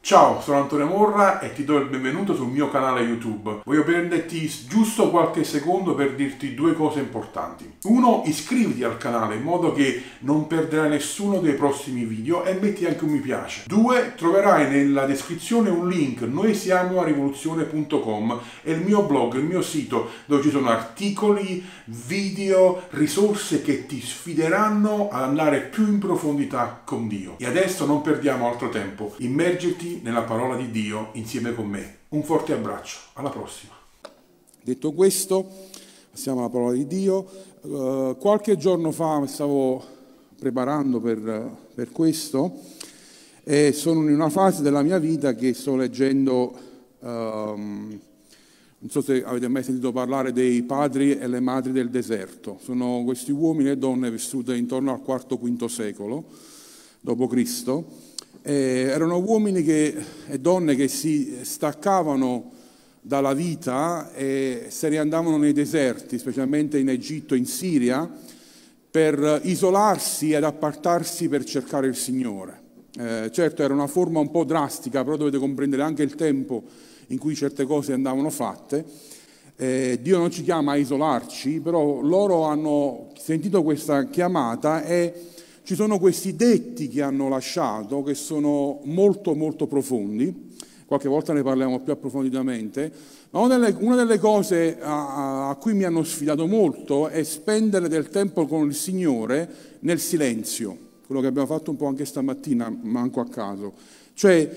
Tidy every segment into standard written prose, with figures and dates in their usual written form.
Ciao, sono Antonio Morra e ti do il benvenuto sul mio canale YouTube. Voglio prenderti giusto qualche secondo per dirti due cose importanti. Uno, iscriviti al canale in modo che non perderai nessuno dei prossimi video e metti anche un mi piace. Due, troverai nella descrizione un link, noi siamo a rivoluzione.com, è il mio blog, il mio sito dove ci sono articoli, video, risorse che ti sfideranno ad andare più in profondità con Dio. E adesso non perdiamo altro tempo, immergiti nella parola di Dio insieme con me. Un forte abbraccio, alla prossima. Detto questo, passiamo alla parola di Dio. Qualche giorno fa mi stavo preparando per questo e sono in una fase della mia vita che sto leggendo, non so se avete mai sentito parlare dei padri e le madri del deserto. Sono questi uomini e donne vissute intorno al IV-V secolo d.C. Erano uomini e donne che si staccavano dalla vita e se ne andavano nei deserti, specialmente in Egitto e in Siria, per isolarsi ed appartarsi per cercare il Signore. Certo, era una forma un po' drastica, però dovete comprendere anche il tempo in cui certe cose andavano fatte. Dio non ci chiama a isolarci, però loro hanno sentito questa chiamata e ci sono questi detti che hanno lasciato che sono molto molto profondi, qualche volta ne parliamo più approfonditamente, ma una delle cose a cui mi hanno sfidato molto è spendere del tempo con il Signore nel silenzio, quello che abbiamo fatto un po' anche stamattina, manco a caso. Cioè,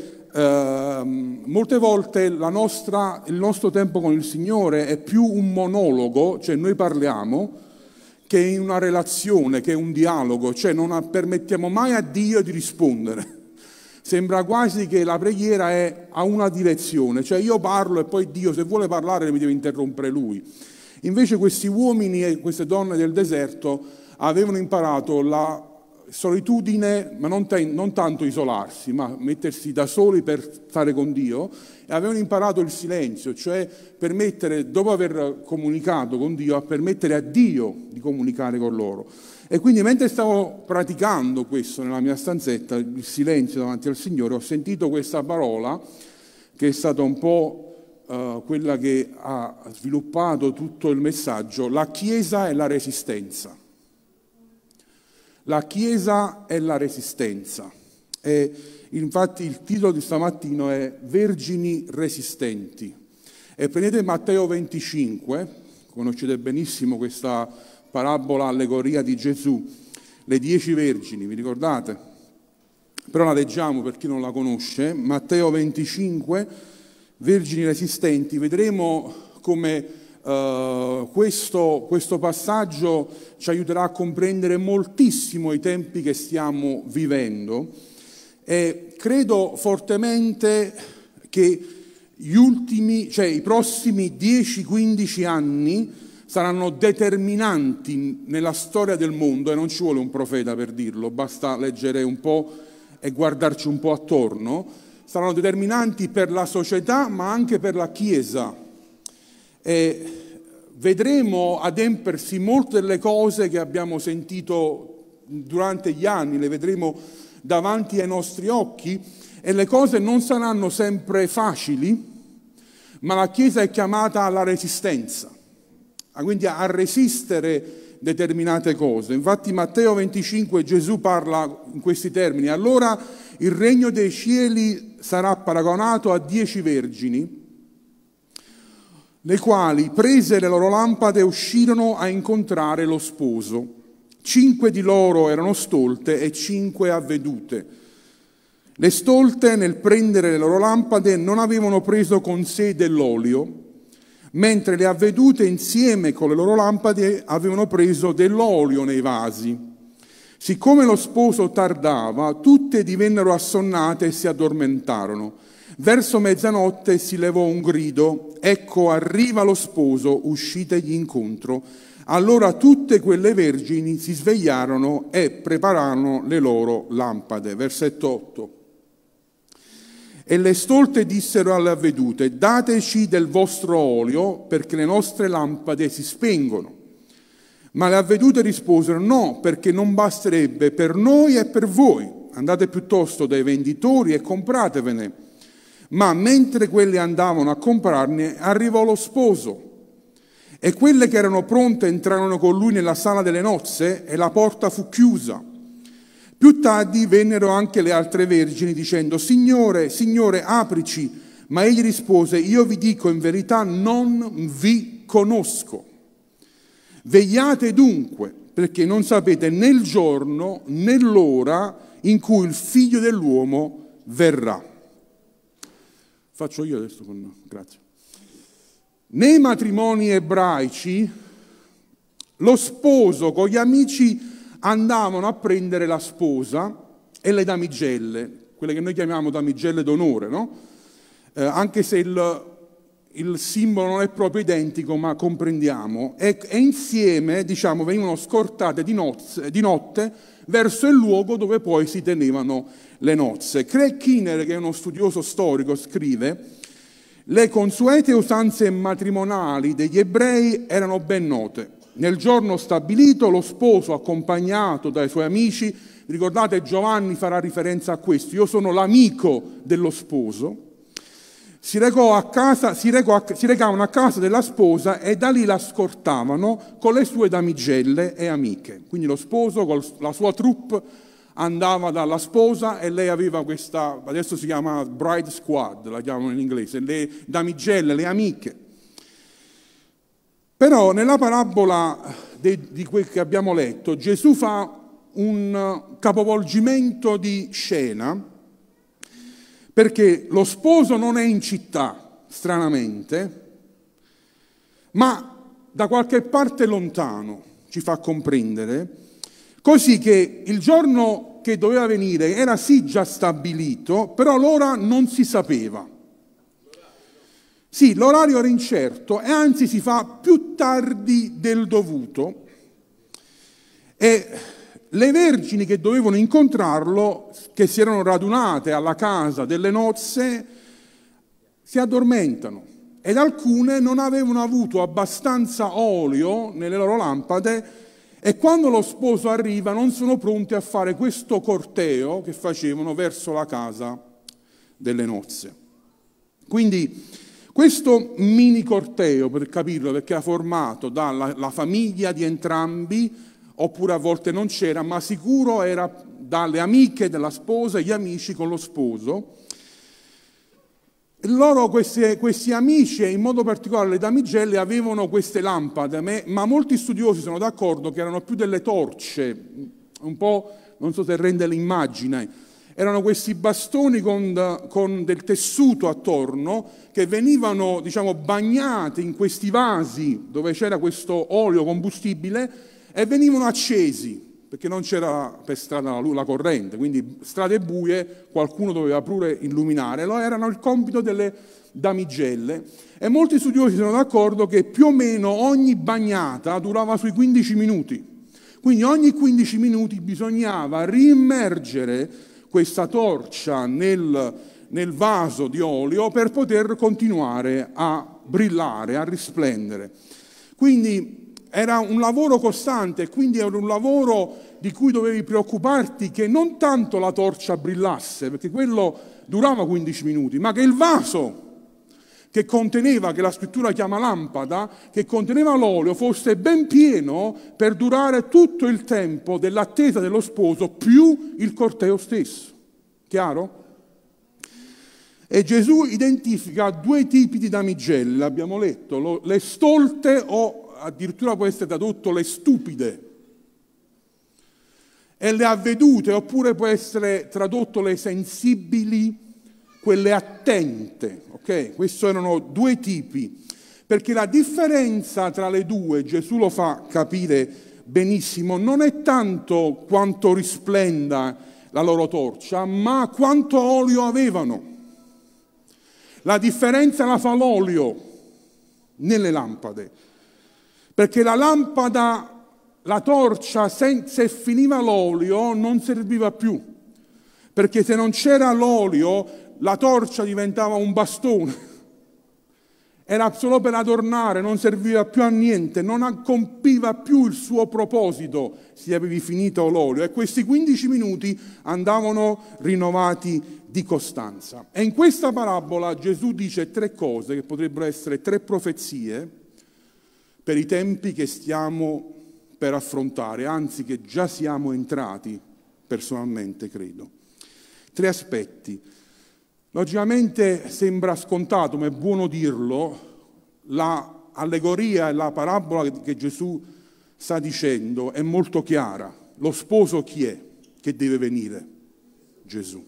molte volte il nostro tempo con il Signore è più un monologo, cioè noi parliamo, che in una relazione, che è un dialogo, cioè non permettiamo mai a Dio di rispondere. Sembra quasi che la preghiera è a una direzione, cioè io parlo e poi Dio se vuole parlare mi deve interrompere Lui. Invece questi uomini e queste donne del deserto avevano imparato la solitudine, ma non tanto isolarsi, ma mettersi da soli per stare con Dio, e avevano imparato il silenzio, cioè permettere, dopo aver comunicato con Dio, a permettere a Dio di comunicare con loro. E quindi mentre stavo praticando questo nella mia stanzetta, il silenzio davanti al Signore, ho sentito questa parola che è stata un po' quella che ha sviluppato tutto il messaggio: la Chiesa e la resistenza. La Chiesa e la resistenza. E infatti il titolo di stamattina è Vergini resistenti. E prendete Matteo 25, conoscete benissimo questa parabola, allegoria di Gesù, le 10 vergini, vi ricordate? Però la leggiamo per chi non la conosce. Matteo 25, vergini resistenti. Vedremo come questo passaggio ci aiuterà a comprendere moltissimo i tempi che stiamo vivendo e credo fortemente che i prossimi 10-15 anni saranno determinanti nella storia del mondo, e non ci vuole un profeta per dirlo, basta leggere un po' e guardarci un po' attorno. Saranno determinanti per la società ma anche per la Chiesa. E vedremo adempersi molte delle cose che abbiamo sentito durante gli anni, le vedremo davanti ai nostri occhi, e le cose non saranno sempre facili, ma la Chiesa è chiamata alla resistenza, quindi a resistere determinate cose. Infatti Matteo 25 Gesù parla in questi termini: allora il regno dei cieli sarà paragonato a 10 vergini, le quali, prese le loro lampade, uscirono a incontrare lo sposo. 5 di loro erano stolte e 5 avvedute. Le stolte, nel prendere le loro lampade, non avevano preso con sé dell'olio, mentre le avvedute, insieme con le loro lampade, avevano preso dell'olio nei vasi. Siccome lo sposo tardava, tutte divennero assonnate e si addormentarono. Verso mezzanotte si levò un grido: ecco, arriva lo sposo, uscitegli incontro. Allora tutte quelle vergini si svegliarono e prepararono le loro lampade. Versetto 8. E le stolte dissero alle avvedute: dateci del vostro olio, perché le nostre lampade si spengono. Ma le avvedute risposero: no, perché non basterebbe per noi e per voi. Andate piuttosto dai venditori e compratevene. Ma mentre quelli andavano a comprarne, arrivò lo sposo. E quelle che erano pronte entrarono con lui nella sala delle nozze e la porta fu chiusa. Più tardi vennero anche le altre vergini dicendo: Signore, Signore, aprici. Ma egli rispose: Io vi dico in verità, non vi conosco. Vegliate dunque, perché non sapete né il giorno né l'ora in cui il Figlio dell'uomo verrà. Faccio io adesso grazie. Nei matrimoni ebraici lo sposo con gli amici andavano a prendere la sposa e le damigelle, quelle che noi chiamiamo damigelle d'onore, no? Anche se il simbolo non è proprio identico, ma comprendiamo, e insieme, diciamo, venivano scortate di notte verso il luogo dove poi si tenevano le nozze. Craig Keener, che è uno studioso storico, scrive: le consuete usanze matrimoniali degli ebrei erano ben note. Nel giorno stabilito lo sposo, accompagnato dai suoi amici, ricordate Giovanni farà riferenza a questo, io sono l'amico dello sposo, si recavano a casa della sposa e da lì la scortavano con le sue damigelle e amiche. Quindi lo sposo con la sua troupe andava dalla sposa e lei aveva questa, adesso si chiama bride squad, la chiamano in inglese, le damigelle, le amiche. Però nella parabola di quel che abbiamo letto, Gesù fa un capovolgimento di scena, perché lo sposo non è in città, stranamente, ma da qualche parte lontano, ci fa comprendere, così che il giorno che doveva venire era sì già stabilito, però l'ora non si sapeva. Sì, l'orario era incerto e anzi si fa più tardi del dovuto, e le vergini che dovevano incontrarlo, che si erano radunate alla casa delle nozze, si addormentano ed alcune non avevano avuto abbastanza olio nelle loro lampade e quando lo sposo arriva non sono pronti a fare questo corteo che facevano verso la casa delle nozze. Quindi questo mini corteo, per capirlo, perché era formato dalla famiglia di entrambi, oppure a volte non c'era, ma sicuro era dalle amiche della sposa e gli amici con lo sposo. Questi amici, e in modo particolare le damigelle, avevano queste lampade, ma molti studiosi sono d'accordo che erano più delle torce, un po', non so se rende l'immagine, erano questi bastoni con del tessuto attorno che venivano, diciamo, bagnati in questi vasi dove c'era questo olio combustibile e venivano accesi, perché non c'era per strada la corrente, quindi strade buie, qualcuno doveva pure illuminare, erano il compito delle damigelle. E molti studiosi sono d'accordo che più o meno ogni bagnata durava sui 15 minuti, quindi ogni 15 minuti bisognava riimmergere questa torcia nel vaso di olio per poter continuare a brillare, a risplendere. Quindi era un lavoro costante, quindi era un lavoro di cui dovevi preoccuparti che non tanto la torcia brillasse, perché quello durava 15 minuti, ma che il vaso che conteneva, che la scrittura chiama lampada, che conteneva l'olio, fosse ben pieno per durare tutto il tempo dell'attesa dello sposo più il corteo stesso. Chiaro? E Gesù identifica due tipi di damigelle, l'abbiamo letto, le stolte o addirittura può essere tradotto le stupide, e le avvedute, oppure può essere tradotto le sensibili, quelle attente. Ok? Questi erano due tipi, perché la differenza tra le due, Gesù lo fa capire benissimo, non è tanto quanto risplenda la loro torcia, ma quanto olio avevano. La differenza la fa l'olio nelle lampade, perché la lampada, la torcia, se finiva l'olio non serviva più, perché se non c'era l'olio la torcia diventava un bastone, era solo per adornare, non serviva più a niente, non compiva più il suo proposito se avevi finito l'olio, e questi 15 minuti andavano rinnovati di costanza. E in questa parabola Gesù dice tre cose che potrebbero essere tre profezie per i tempi che stiamo per affrontare, anzi che già siamo entrati, personalmente credo. Tre aspetti. Logicamente sembra scontato, ma è buono dirlo, l'allegoria e la parabola che Gesù sta dicendo è molto chiara. Lo sposo chi è che deve venire? Gesù.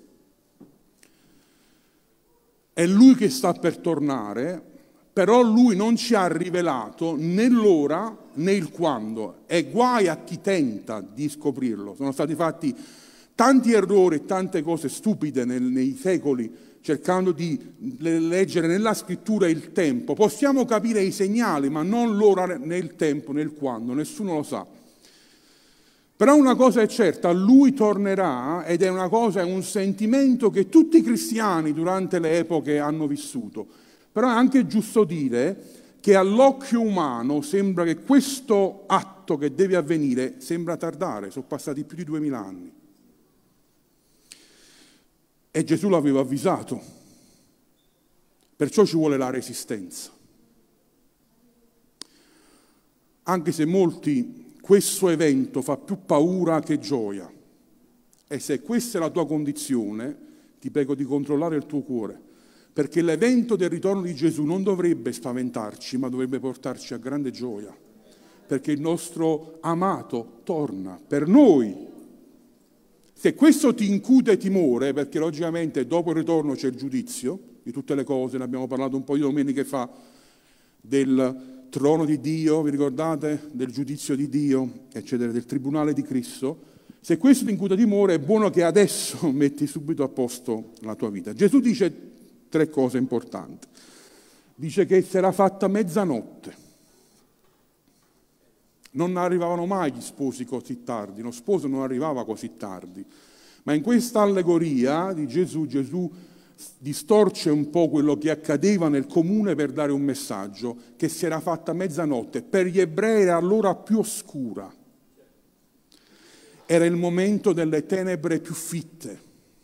È lui che sta per tornare, però lui non ci ha rivelato né l'ora né il quando. E guai a chi tenta di scoprirlo. Sono stati fatti tanti errori e tante cose stupide nei secoli cercando di leggere nella scrittura il tempo. Possiamo capire i segnali, ma non l'ora né il tempo né il quando, nessuno lo sa. Però una cosa è certa, lui tornerà ed è un sentimento che tutti i cristiani durante le epoche hanno vissuto. Però è anche giusto dire che all'occhio umano sembra che questo atto che deve avvenire sembra tardare, sono passati più di 2000 anni. E Gesù l'aveva avvisato, perciò ci vuole la resistenza. Anche se molti questo evento fa più paura che gioia. E se questa è la tua condizione, ti prego di controllare il tuo cuore, perché l'evento del ritorno di Gesù non dovrebbe spaventarci, ma dovrebbe portarci a grande gioia, perché il nostro amato torna per noi. Se questo ti incute timore, perché logicamente dopo il ritorno c'è il giudizio di tutte le cose, ne abbiamo parlato un po' di domeniche fa, del trono di Dio, vi ricordate? Del giudizio di Dio, eccetera, del tribunale di Cristo. Se questo ti incuta timore, è buono che adesso metti subito a posto la tua vita. Gesù dice tre cose importanti. Dice che sarà fatta mezzanotte. Non arrivavano mai gli sposi così tardi, lo sposo non arrivava così tardi. Ma in questa allegoria di Gesù distorce un po' quello che accadeva nel comune per dare un messaggio, che si era fatta mezzanotte. Per gli ebrei era l'ora più oscura. Era il momento delle tenebre più fitte.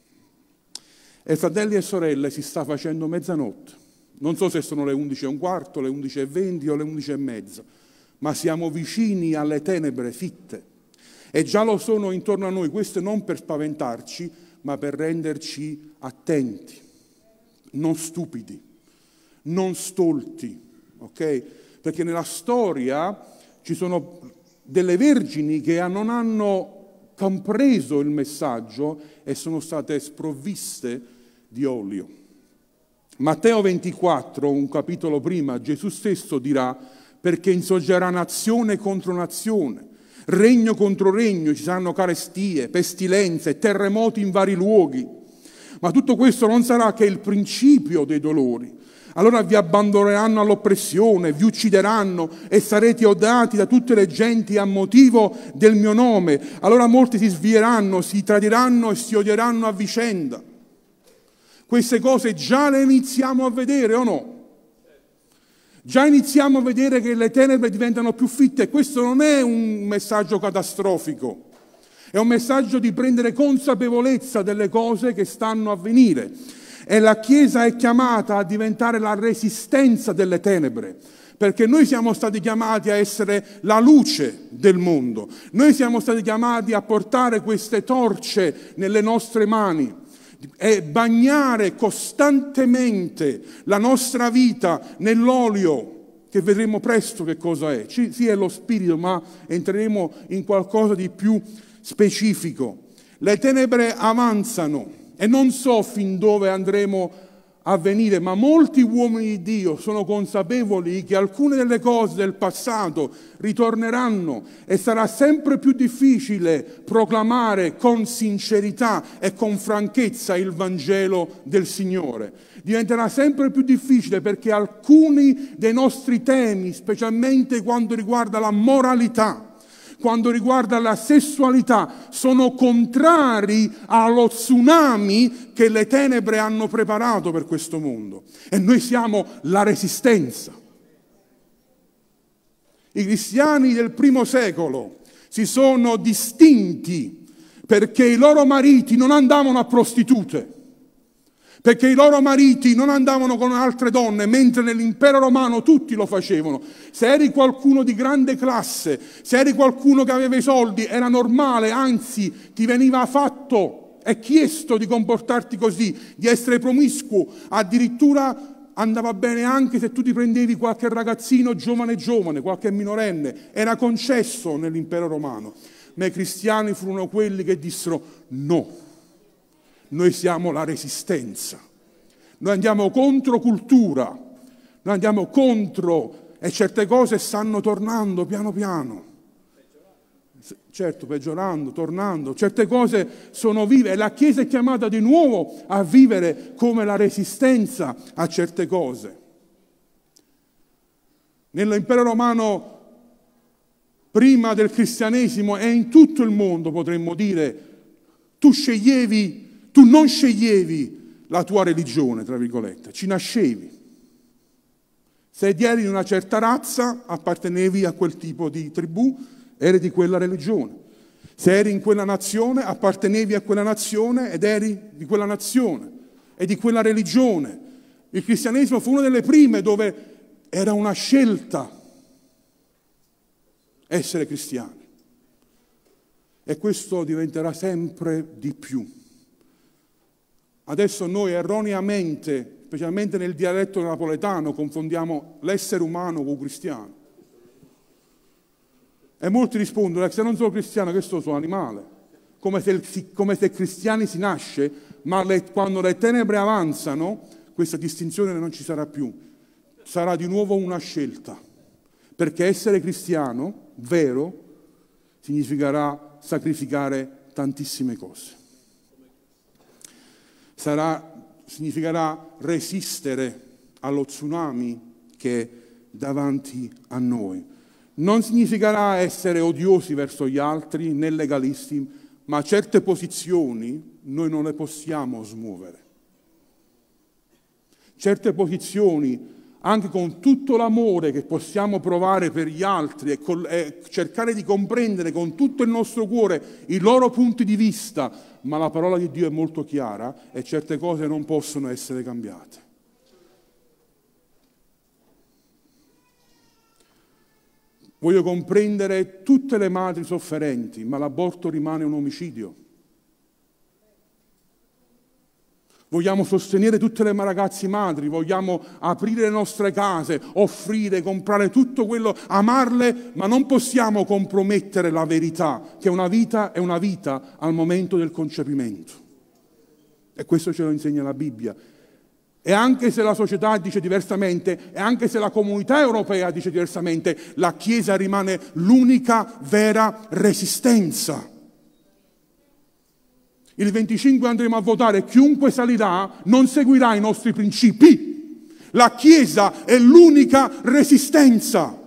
E fratelli e sorelle, si sta facendo mezzanotte. Non so se sono le 11:15, le 11:20 o le 11:30, ma siamo vicini alle tenebre fitte. E già lo sono intorno a noi. Questo non per spaventarci, ma per renderci attenti. Non stupidi, non stolti, ok? Perché nella storia ci sono delle vergini che non hanno compreso il messaggio e sono state sprovviste di olio. Matteo 24, un capitolo prima, Gesù stesso dirà: perché insorgerà nazione contro nazione, regno contro regno, ci saranno carestie, pestilenze, terremoti in vari luoghi. Ma tutto questo non sarà che il principio dei dolori. Allora vi abbandoneranno all'oppressione, vi uccideranno e sarete odiati da tutte le genti a motivo del mio nome. Allora molti si svieranno, si tradiranno e si odieranno a vicenda. Queste cose già le iniziamo a vedere o no? Già iniziamo a vedere che le tenebre diventano più fitte. Questo non è un messaggio catastrofico. È un messaggio di prendere consapevolezza delle cose che stanno a venire. E la Chiesa è chiamata a diventare la resistenza delle tenebre, perché noi siamo stati chiamati a essere la luce del mondo. Noi siamo stati chiamati a portare queste torce nelle nostre mani e bagnare costantemente la nostra vita nell'olio, che vedremo presto che cosa è. Sì, è lo Spirito, ma entreremo in qualcosa di più specifico. Le tenebre avanzano e non so fin dove andremo a venire, ma molti uomini di Dio sono consapevoli che alcune delle cose del passato ritorneranno e sarà sempre più difficile proclamare con sincerità e con franchezza il Vangelo del Signore. Diventerà sempre più difficile perché alcuni dei nostri temi, specialmente quando riguarda la moralità, quando riguarda la sessualità, sono contrari allo tsunami che le tenebre hanno preparato per questo mondo. E noi siamo la resistenza. I cristiani del primo secolo si sono distinti perché i loro mariti non andavano a prostitute, perché i loro mariti non andavano con altre donne, mentre nell'impero romano tutti lo facevano. Se eri qualcuno di grande classe, se eri qualcuno che aveva i soldi, era normale, anzi ti veniva fatto e chiesto di comportarti così, di essere promiscuo, addirittura andava bene anche se tu ti prendevi qualche ragazzino giovane, qualche minorenne, era concesso nell'impero romano. Ma i cristiani furono quelli che dissero no, noi siamo la resistenza, noi andiamo contro cultura, noi andiamo contro e certe cose stanno tornando piano piano. Certo, peggiorando, tornando, certe cose sono vive e la Chiesa è chiamata di nuovo a vivere come la resistenza a certe cose. Nell'impero romano, prima del cristianesimo e in tutto il mondo potremmo dire, tu non sceglievi la tua religione, tra virgolette, ci nascevi. Se eri di una certa razza, appartenevi a quel tipo di tribù, eri di quella religione. Se eri in quella nazione, appartenevi a quella nazione ed eri di quella nazione e di quella religione. Il cristianesimo fu una delle prime dove era una scelta essere cristiani. E questo diventerà sempre di più. Adesso noi erroneamente, specialmente nel dialetto napoletano, confondiamo l'essere umano con il cristiano. E molti rispondono, se non sono cristiano, che sono animale. Come se cristiani si nasce, ma quando le tenebre avanzano, questa distinzione non ci sarà più. Sarà di nuovo una scelta. Perché essere cristiano, vero, significherà sacrificare tantissime cose. Significherà resistere allo tsunami che è davanti a noi. Non significherà essere odiosi verso gli altri, né legalisti, ma certe posizioni noi non le possiamo smuovere. Certe posizioni, anche con tutto l'amore che possiamo provare per gli altri e cercare di comprendere con tutto il nostro cuore i loro punti di vista, ma la parola di Dio è molto chiara e certe cose non possono essere cambiate. Voglio comprendere tutte le madri sofferenti, ma l'aborto rimane un omicidio. Vogliamo sostenere tutte le ragazze madri, vogliamo aprire le nostre case, offrire, comprare tutto quello, amarle, ma non possiamo compromettere la verità, che una vita è una vita al momento del concepimento. E questo ce lo insegna la Bibbia. E anche se la società dice diversamente, e anche se la comunità europea dice diversamente, la Chiesa rimane l'unica vera resistenza. Il 25 andremo a votare, chiunque salirà non seguirà i nostri principi. La Chiesa è l'unica resistenza.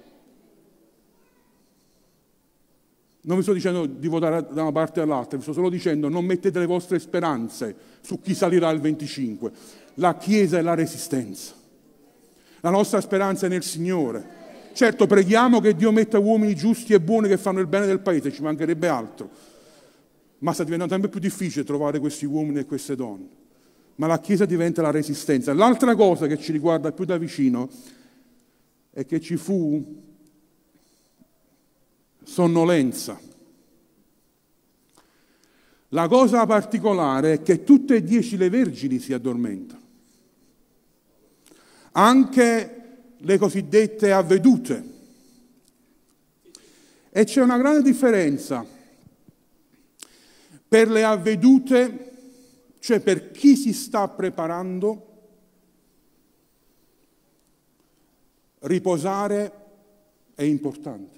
Non vi sto dicendo di votare da una parte all'altra, vi sto solo dicendo non mettete le vostre speranze su chi salirà il 25. La Chiesa è la resistenza. La nostra speranza è nel Signore. Certo, preghiamo che Dio metta uomini giusti e buoni che fanno il bene del Paese, ci mancherebbe altro. Ma sta diventando sempre più difficile trovare questi uomini e queste donne. Ma la Chiesa diventa la resistenza. L'altra cosa che ci riguarda più da vicino è che ci fu sonnolenza. La cosa particolare è che tutte e 10 le vergini si addormentano. Anche le cosiddette avvedute. E c'è una grande differenza. Per le avvedute, cioè per chi si sta preparando, riposare è importante.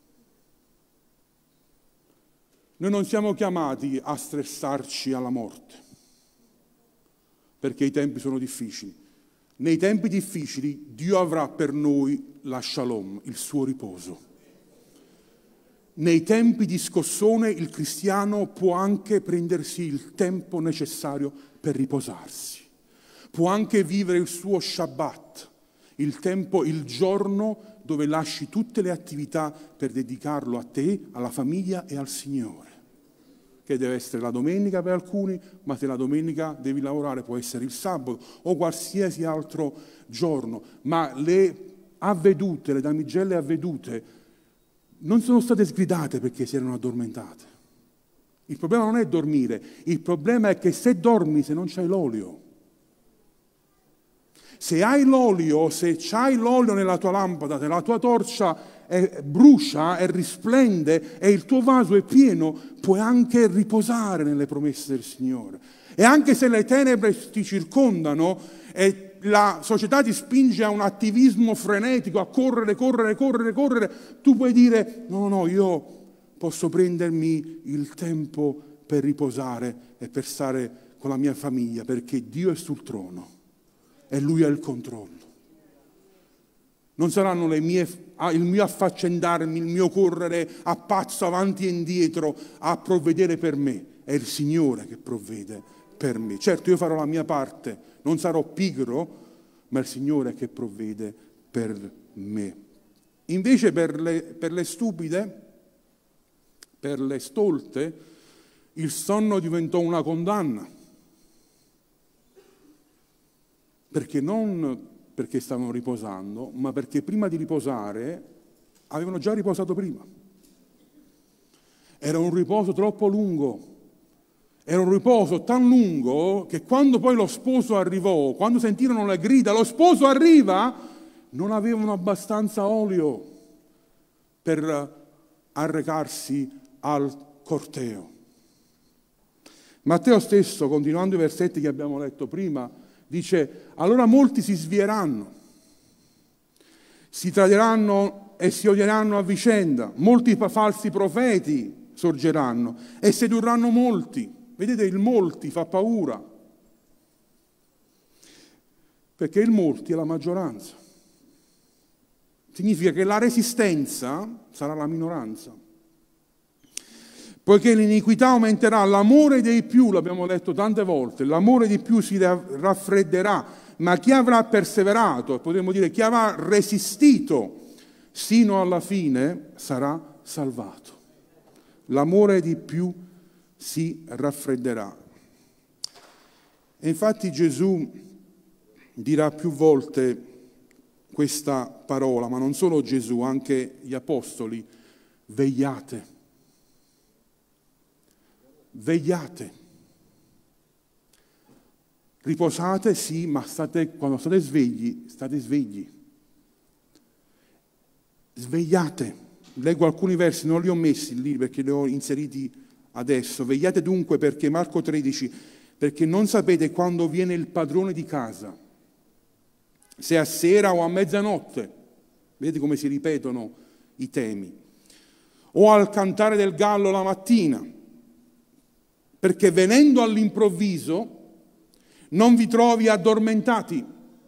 Noi non siamo chiamati a stressarci alla morte, perché i tempi sono difficili. Nei tempi difficili Dio avrà per noi la shalom, il suo riposo. Nei tempi di scossone il cristiano può anche prendersi il tempo necessario per riposarsi. Può anche vivere il suo Shabbat, il giorno dove lasci tutte le attività per dedicarlo a te, alla famiglia e al Signore. che deve essere la domenica per alcuni, ma se la domenica devi lavorare può essere il sabato o qualsiasi altro giorno. Ma le avvedute, le damigelle avvedute, non sono state sgridate perché si erano addormentate. Il problema non è dormire, il problema è che se dormi, se non c'hai l'olio. Se hai l'olio, se c'hai l'olio nella tua lampada, se la tua torcia brucia e risplende e il tuo vaso è pieno, puoi anche riposare nelle promesse del Signore. E anche se le tenebre ti circondano e la società ti spinge a un attivismo frenetico, a correre, tu puoi dire no, io posso prendermi il tempo per riposare e per stare con la mia famiglia, perché Dio è sul trono e Lui ha il controllo. Non saranno il mio affaccendarmi, il mio correre a pazzo avanti e indietro a provvedere per me. È il Signore che provvede per me. Certo, io farò la mia parte, non sarò pigro, ma è il Signore che provvede per me. Invece per le stupide, per le stolte, il sonno diventò una condanna. Perché non perché stavano riposando, ma perché prima di riposare avevano già riposato prima. Era un riposo troppo lungo, era un riposo tan lungo che quando poi lo sposo arrivò, quando sentirono le grida, lo sposo arriva, non avevano abbastanza olio per arrecarsi al corteo. Matteo stesso, continuando i versetti che abbiamo letto prima, dice, allora molti si svieranno, si tradiranno e si odieranno a vicenda, molti falsi profeti sorgeranno e sedurranno molti. Vedete, il molti fa paura, perché il molti è la maggioranza. Significa che la resistenza sarà la minoranza. Poiché l'iniquità aumenterà, l'amore dei più, l'abbiamo detto tante volte, l'amore di più si raffredderà, ma chi avrà perseverato, potremmo dire chi avrà resistito sino alla fine, sarà salvato. L'amore di più si raffredderà. E infatti Gesù dirà più volte questa parola, ma non solo Gesù, anche gli apostoli, vegliate. Vegliate. Riposate, sì, ma quando state svegli, state svegli. Svegliate. Leggo alcuni versi, non li ho messi lì perché li ho inseriti adesso. Vegliate dunque perché, Marco 13, perché non sapete quando viene il padrone di casa, se a sera o a mezzanotte. Vedete come si ripetono i temi. O al cantare del gallo la mattina. Perché venendo all'improvviso non vi trovi addormentati.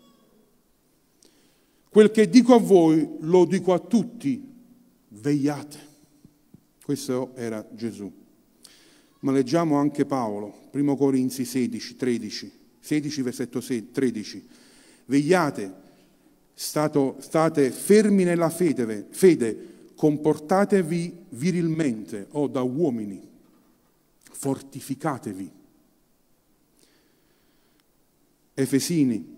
Quel che dico a voi lo dico a tutti, vegliate. Questo era Gesù. Ma leggiamo anche Paolo, 1 Corinzi 16 versetto 13. Vegliate, state fermi nella fede, comportatevi virilmente o da uomini. Fortificatevi. Efesini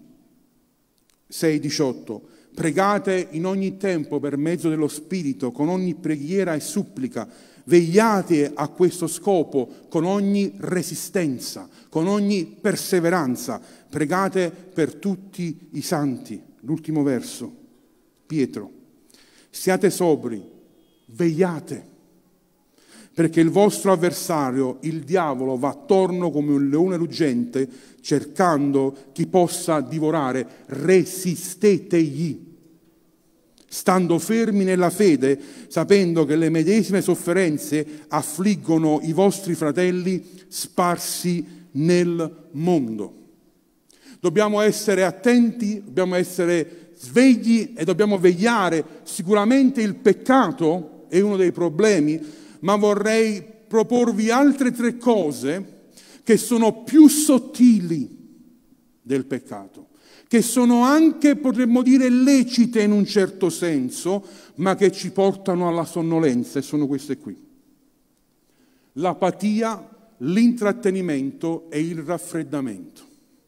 6,18. Pregate in ogni tempo per mezzo dello Spirito, con ogni preghiera e supplica. Vegliate a questo scopo con ogni resistenza, con ogni perseveranza. Pregate per tutti i santi. L'ultimo verso. Pietro. Siate sobri, vegliate. Perché il vostro avversario, il diavolo, va attorno come un leone ruggente, cercando chi possa divorare. Resistetegli, stando fermi nella fede, sapendo che le medesime sofferenze affliggono i vostri fratelli sparsi nel mondo. Dobbiamo essere attenti, dobbiamo essere svegli e dobbiamo vegliare. Sicuramente il peccato è uno dei problemi, ma vorrei proporvi altre 3 cose che sono più sottili del peccato, che sono anche, potremmo dire, lecite in un certo senso, ma che ci portano alla sonnolenza, e sono queste qui. l'apatia, l'intrattenimento e il raffreddamento.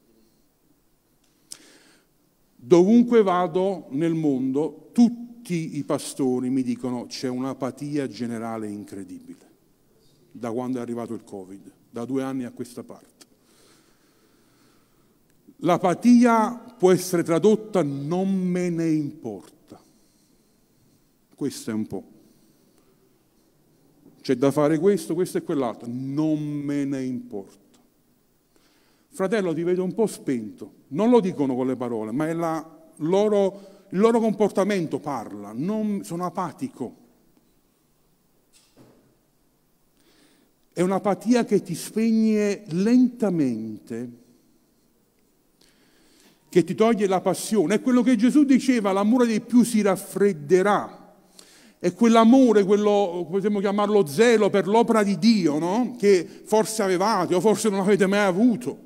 Dovunque vado nel mondo, tutti i pastori mi dicono c'è un'apatia generale incredibile, da quando è arrivato il Covid, da 2 anni a questa parte. L'apatia può essere tradotta non me ne importa. Questo è un po'. C'è da fare questo e quell'altro, non me ne importa. Fratello, ti vedo un po' spento. Non lo dicono con le parole, ma il loro comportamento parla. Sono apatico. È un'apatia che ti spegne lentamente, che ti toglie la passione. È quello che Gesù diceva, l'amore dei più si raffredderà. È quell'amore, quello, possiamo chiamarlo zelo per l'opera di Dio, no? Che forse avevate o forse non avete mai avuto,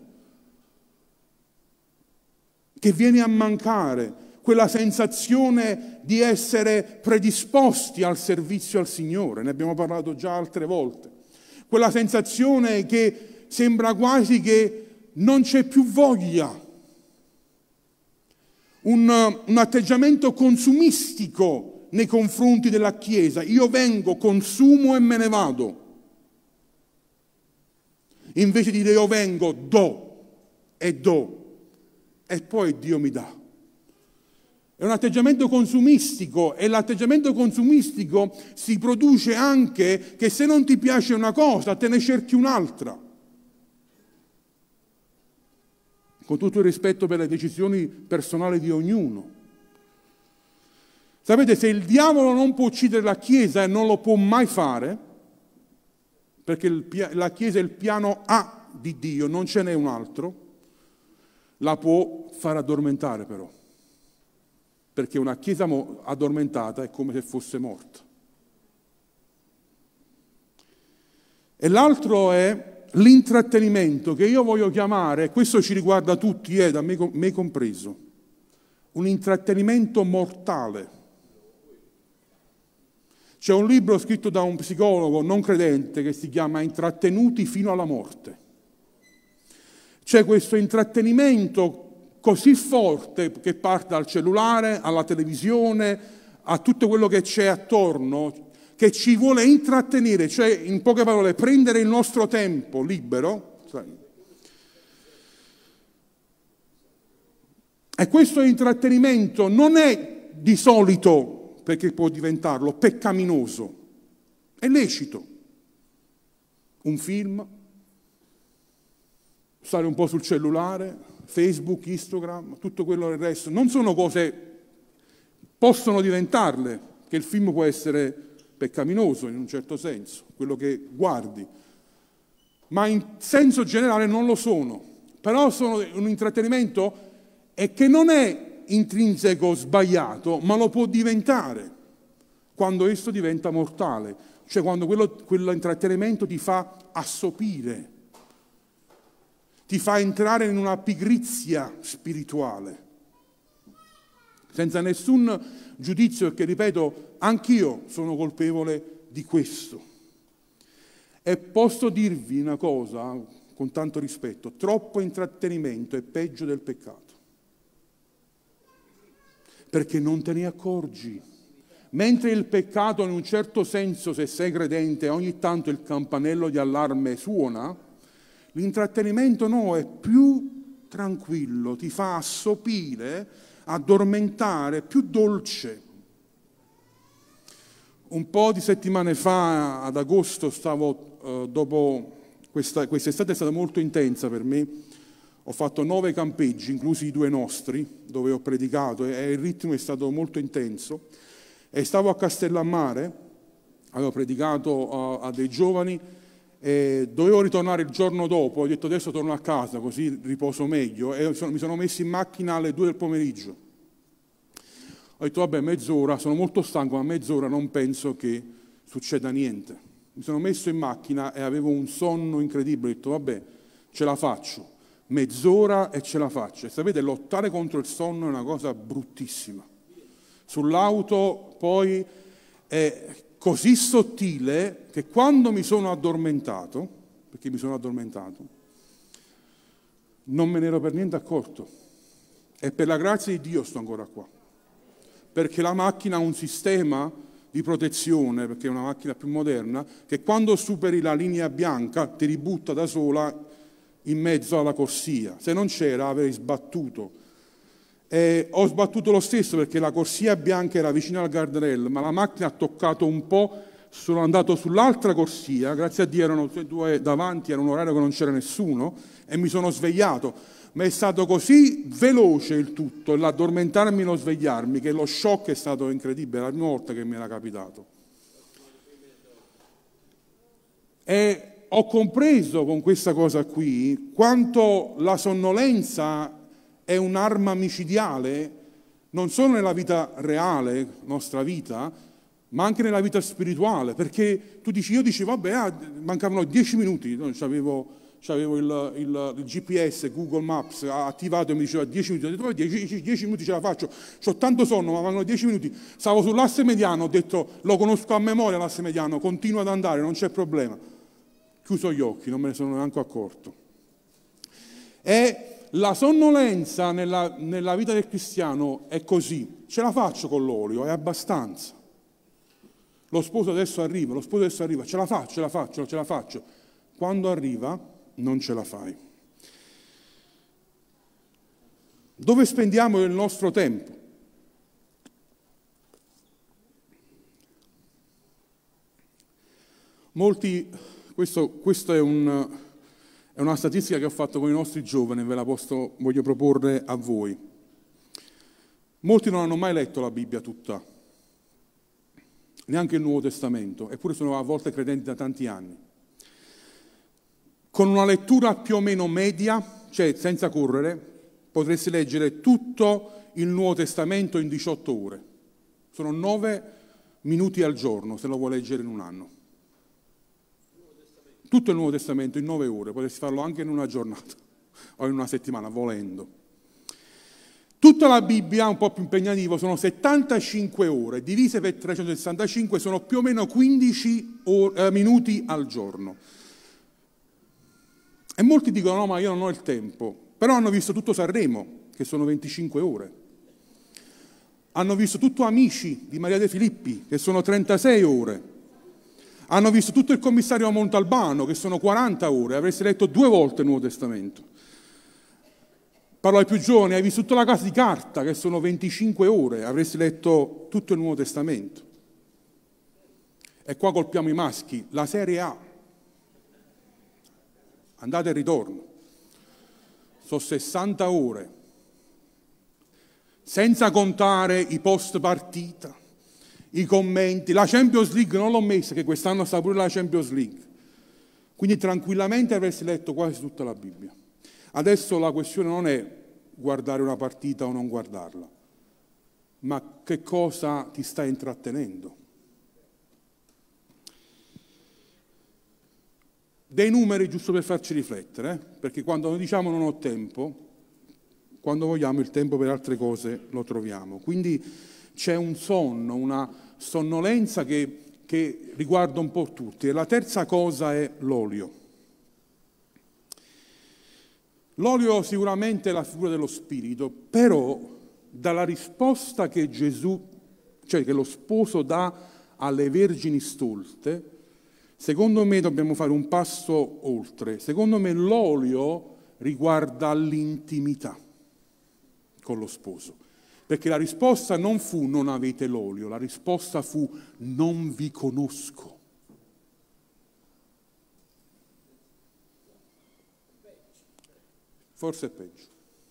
che viene a mancare, quella sensazione di essere predisposti al servizio al Signore, ne abbiamo parlato già altre volte, quella sensazione che sembra quasi che non c'è più voglia, un atteggiamento consumistico nei confronti della Chiesa. Io vengo, consumo e me ne vado. Invece di dire io vengo, do, e poi Dio mi dà. È un atteggiamento consumistico e l'atteggiamento consumistico si produce anche che se non ti piace una cosa te ne cerchi un'altra. Con tutto il rispetto per le decisioni personali di ognuno. Sapete, se il diavolo non può uccidere la Chiesa e non lo può mai fare, perché la Chiesa è il piano A di Dio, non ce n'è un altro, la può far addormentare però. Perché una Chiesa addormentata è come se fosse morta. E l'altro è l'intrattenimento, che io voglio chiamare, e questo ci riguarda tutti, da me compreso, un intrattenimento mortale. C'è un libro scritto da un psicologo non credente che si chiama Intrattenuti fino alla morte. C'è questo intrattenimento così forte che parte dal cellulare, alla televisione, a tutto quello che c'è attorno, che ci vuole intrattenere, cioè in poche parole prendere il nostro tempo libero. E questo intrattenimento non è di solito, perché può diventarlo, peccaminoso, è lecito. Un film, stare un po' sul cellulare, Facebook, Instagram, tutto quello del resto, non sono cose, possono diventarle, che il film può essere peccaminoso in un certo senso, quello che guardi, ma in senso generale non lo sono. Però sono un intrattenimento e che non è intrinseco sbagliato, ma lo può diventare quando esso diventa mortale, cioè quando quell'intrattenimento ti fa assopire, ti fa entrare in una pigrizia spirituale, senza nessun giudizio, perché ripeto, anch'io sono colpevole di questo. E posso dirvi una cosa, con tanto rispetto, troppo intrattenimento è peggio del peccato. Perché non te ne accorgi. Mentre il peccato, in un certo senso, se sei credente, ogni tanto il campanello di allarme suona, l'intrattenimento no, è più tranquillo, ti fa assopire, addormentare, più dolce. Un po' di settimane fa, ad agosto, dopo quest'estate è stata molto intensa per me. Ho fatto 9 campeggi, inclusi i 2 nostri, dove ho predicato, e il ritmo è stato molto intenso. E stavo a Castellammare, avevo predicato a dei giovani, e dovevo ritornare il giorno dopo. Ho detto adesso torno a casa, così riposo meglio, e mi sono messo in macchina alle 2 del pomeriggio. Ho detto vabbè, mezz'ora, sono molto stanco, ma mezz'ora non penso che succeda niente. Mi sono messo in macchina e avevo un sonno incredibile, ho detto vabbè, ce la faccio. Mezz'ora e ce la faccio. E sapete, lottare contro il sonno è una cosa bruttissima. Sull'auto poi così sottile che quando mi sono addormentato, perché mi sono addormentato, non me ne ero per niente accorto. E per la grazia di Dio sto ancora qua. Perché la macchina ha un sistema di protezione, perché è una macchina più moderna, che quando superi la linea bianca ti ributta da sola in mezzo alla corsia. Se non c'era avrei sbattuto. E ho sbattuto lo stesso perché la corsia bianca era vicino al guardrail, ma la macchina ha toccato un po', sono andato sull'altra corsia, grazie a Dio erano due davanti, era un orario che non c'era nessuno, e mi sono svegliato. Ma è stato così veloce il tutto, l'addormentarmi e lo svegliarmi, che lo shock è stato incredibile, è la prima volta che mi era capitato. E ho compreso con questa cosa qui quanto la sonnolenza è un'arma micidiale, non solo nella vita reale, nostra vita, ma anche nella vita spirituale, perché tu dici, io dicevo, vabbè, mancavano 10 minuti, no? C'avevo il GPS, Google Maps attivato e mi diceva 10 minuti, ho detto 10 minuti ce la faccio, c'ho tanto sonno, ma mancano 10 minuti, stavo sull'asse mediano, ho detto, lo conosco a memoria l'asse mediano, continuo ad andare, non c'è problema. Chiuso gli occhi, non me ne sono neanche accorto. E la sonnolenza nella vita del cristiano è così, ce la faccio con l'olio, è abbastanza. Lo sposo adesso arriva, ce la faccio. Quando arriva, non ce la fai. Dove spendiamo il nostro tempo? Molti, questo è una statistica che ho fatto con i nostri giovani, voglio proporre a voi. Molti non hanno mai letto la Bibbia tutta, neanche il Nuovo Testamento, eppure sono a volte credenti da tanti anni. Con una lettura più o meno media, cioè senza correre, potresti leggere tutto il Nuovo Testamento in 18 ore. Sono 9 minuti al giorno, se lo vuoi leggere in un anno. Tutto il Nuovo Testamento in 9 ore, potresti farlo anche in una giornata o in una settimana, volendo. Tutta la Bibbia, un po' più impegnativo, sono 75 ore, divise per 365, sono più o meno 15 minuti al giorno. E molti dicono, no, ma io non ho il tempo. Però hanno visto tutto Sanremo, che sono 25 ore. Hanno visto tutto Amici di Maria De Filippi, che sono 36 ore. Hanno visto tutto il commissario a Montalbano, che sono 40 ore. Avresti letto 2 volte il Nuovo Testamento. Parlo ai più giovani, hai visto tutta la Casa di Carta, che sono 25 ore. Avresti letto tutto il Nuovo Testamento. E qua colpiamo i maschi. La Serie A. Andate e ritorno, sono 60 ore, senza contare i post partita, i commenti. La Champions League non l'ho messa, che quest'anno sta pure la Champions League. Quindi tranquillamente avresti letto quasi tutta la Bibbia. Adesso la questione non è guardare una partita o non guardarla, ma che cosa ti sta intrattenendo. Dei numeri giusto per farci riflettere, perché quando noi diciamo non ho tempo, quando vogliamo il tempo per altre cose lo troviamo. Quindi c'è un sonno, una sonnolenza che riguarda un po' tutti. E la terza cosa è l'olio. L'olio sicuramente è la figura dello Spirito, però dalla risposta che Gesù, cioè che lo sposo dà alle vergini stolte, secondo me dobbiamo fare un passo oltre. Secondo me l'olio riguarda l'intimità con lo sposo. Perché la risposta non fu non avete l'olio, la risposta fu non vi conosco. Forse è peggio.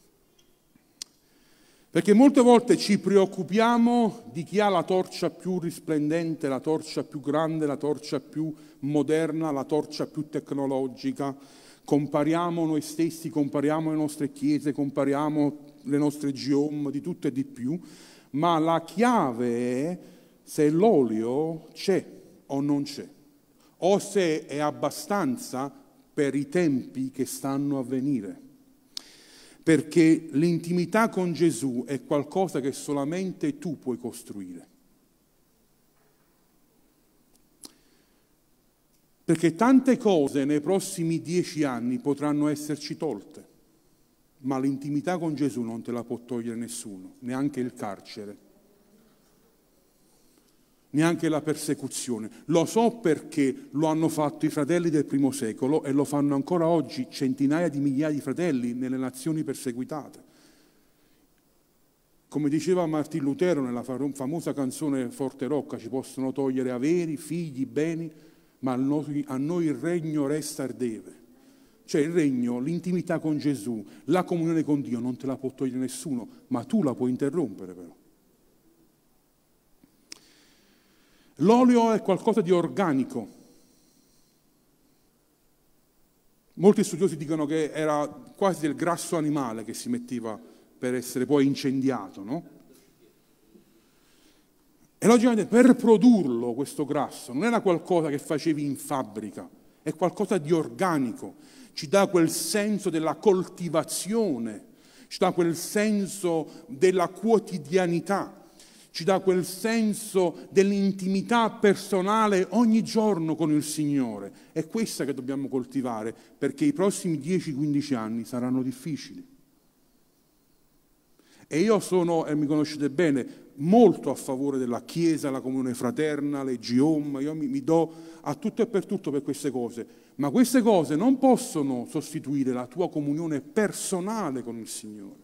Perché molte volte ci preoccupiamo di chi ha la torcia più risplendente, la torcia più grande, la torcia più moderna, la torcia più tecnologica. Compariamo noi stessi, compariamo le nostre chiese, compariamo le nostre GOM, di tutto e di più. Ma la chiave è se l'olio c'è o non c'è, o se è abbastanza per i tempi che stanno a venire. Perché l'intimità con Gesù è qualcosa che solamente tu puoi costruire. Perché tante cose nei prossimi 10 anni potranno esserci tolte, ma l'intimità con Gesù non te la può togliere nessuno, neanche il carcere, neanche la persecuzione. Lo so perché lo hanno fatto i fratelli del primo secolo e lo fanno ancora oggi centinaia di migliaia di fratelli nelle nazioni perseguitate. Come diceva Martin Lutero nella famosa canzone Forte Rocca, ci possono togliere averi, figli, beni, ma a noi il regno resta e deve. Cioè il regno, l'intimità con Gesù, la comunione con Dio non te la può togliere nessuno, ma tu la puoi interrompere però. L'olio è qualcosa di organico. Molti studiosi dicono che era quasi del grasso animale che si metteva per essere poi incendiato, no? E logicamente per produrlo questo grasso non era qualcosa che facevi in fabbrica, è qualcosa di organico, ci dà quel senso della coltivazione, ci dà quel senso della quotidianità, ci dà quel senso dell'intimità personale ogni giorno con il Signore. È questa che dobbiamo coltivare, perché i prossimi 10-15 anni saranno difficili. E io sono, e mi conoscete bene, molto a favore della Chiesa, la comunione fraterna, le GIOM, io mi do a tutto e per tutto per queste cose, ma queste cose non possono sostituire la tua comunione personale con il Signore.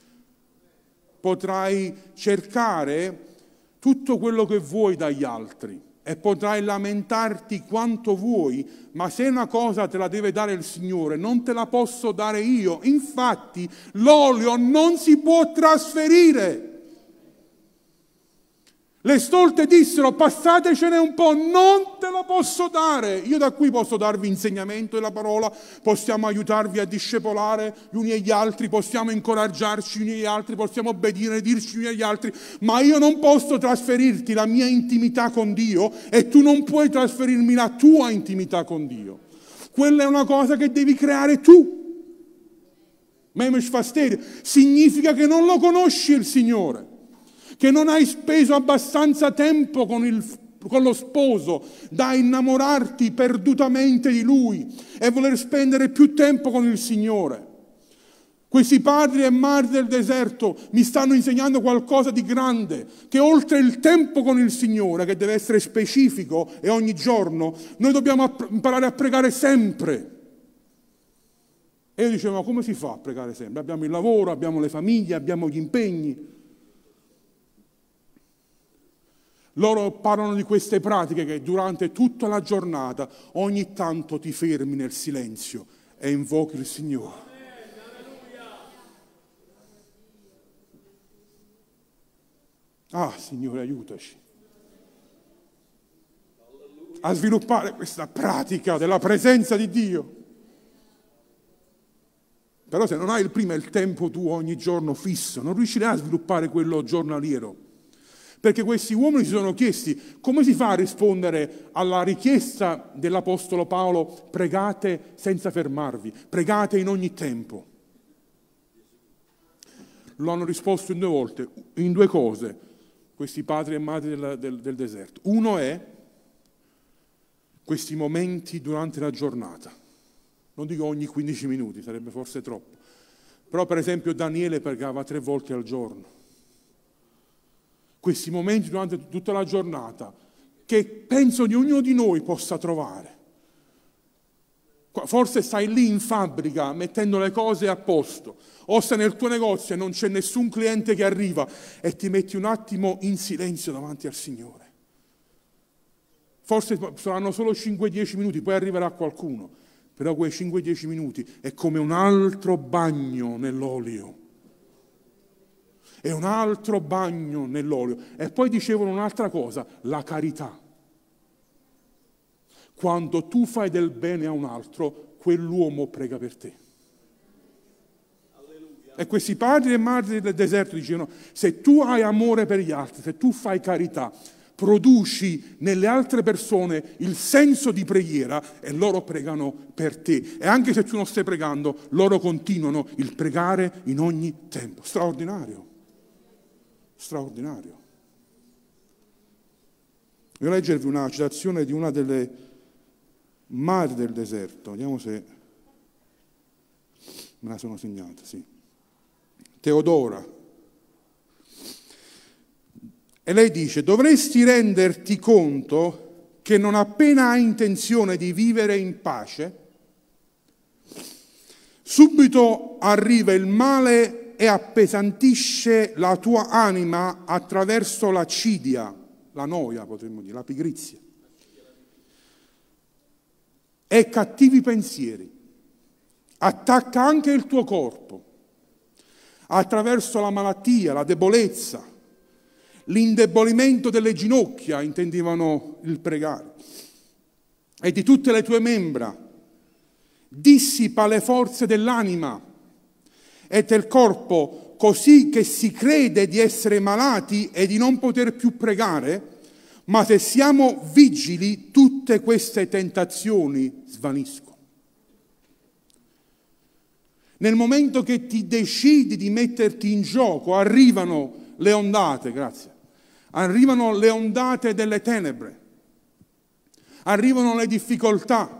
Potrai cercare tutto quello che vuoi dagli altri e potrai lamentarti quanto vuoi, ma se una cosa te la deve dare il Signore, non te la posso dare io. Infatti l'olio non si può trasferire. Le stolte dissero: passatecene un po', non te lo posso dare. Io da qui posso darvi insegnamento della parola, possiamo aiutarvi a discepolare gli uni e gli altri, possiamo incoraggiarci gli uni e gli altri, possiamo obbedire, dirci gli uni agli altri, ma io non posso trasferirti la mia intimità con Dio e tu non puoi trasferirmi la tua intimità con Dio. Quella è una cosa che devi creare tu. Memesh fastedio significa che non lo conosci il Signore, che non hai speso abbastanza tempo con lo sposo da innamorarti perdutamente di Lui e voler spendere più tempo con il Signore. Questi padri e madri del deserto mi stanno insegnando qualcosa di grande, che oltre il tempo con il Signore, che deve essere specifico e ogni giorno, noi dobbiamo imparare a pregare sempre. E io dicevo: ma come si fa a pregare sempre? Abbiamo il lavoro, abbiamo le famiglie, abbiamo gli impegni. Loro parlano di queste pratiche che durante tutta la giornata ogni tanto ti fermi nel silenzio e invochi il Signore. Ah, Signore, aiutaci a sviluppare questa pratica della presenza di Dio. Però se non hai il prima e il tempo tu ogni giorno fisso, non riuscirai a sviluppare quello giornaliero. Perché questi uomini si sono chiesti: come si fa a rispondere alla richiesta dell'Apostolo Paolo: pregate senza fermarvi, pregate in ogni tempo? Lo hanno risposto in due cose, questi padri e madri del deserto. Uno è questi momenti durante la giornata. Non dico ogni 15 minuti, sarebbe forse troppo. Però per esempio Daniele pregava 3 volte al giorno. Questi momenti durante tutta la giornata che penso di ognuno di noi possa trovare. Forse stai lì in fabbrica mettendo le cose a posto, o sei nel tuo negozio e non c'è nessun cliente che arriva e ti metti un attimo in silenzio davanti al Signore. Forse saranno solo 5-10 minuti, poi arriverà qualcuno, però quei 5-10 minuti è come un altro bagno nell'olio. È un altro bagno nell'olio. E poi dicevano un'altra cosa: la carità. Quando tu fai del bene a un altro, quell'uomo prega per te. Alleluia. E questi padri e madri del deserto dicevano: se tu hai amore per gli altri, se tu fai carità, produci nelle altre persone il senso di preghiera e loro pregano per te. E anche se tu non stai pregando, loro continuano il pregare in ogni tempo. Straordinario. Straordinario. Voglio leggervi una citazione di una delle Madre del deserto, vediamo se me la sono segnata, sì. Teodora. E lei dice: dovresti renderti conto che non appena hai intenzione di vivere in pace, subito arriva il male e appesantisce la tua anima attraverso l'acidia, la noia potremmo dire, la pigrizia, e cattivi pensieri. Attacca anche il tuo corpo attraverso la malattia, la debolezza, l'indebolimento delle ginocchia, intendevano il pregare, e di tutte le tue membra. Dissipa le forze dell'anima e del corpo, così che si crede di essere malati e di non poter più pregare, ma se siamo vigili tutte queste tentazioni svaniscono. Nel momento che ti decidi di metterti in gioco, arrivano le ondate, grazie, arrivano le ondate delle tenebre, arrivano le difficoltà,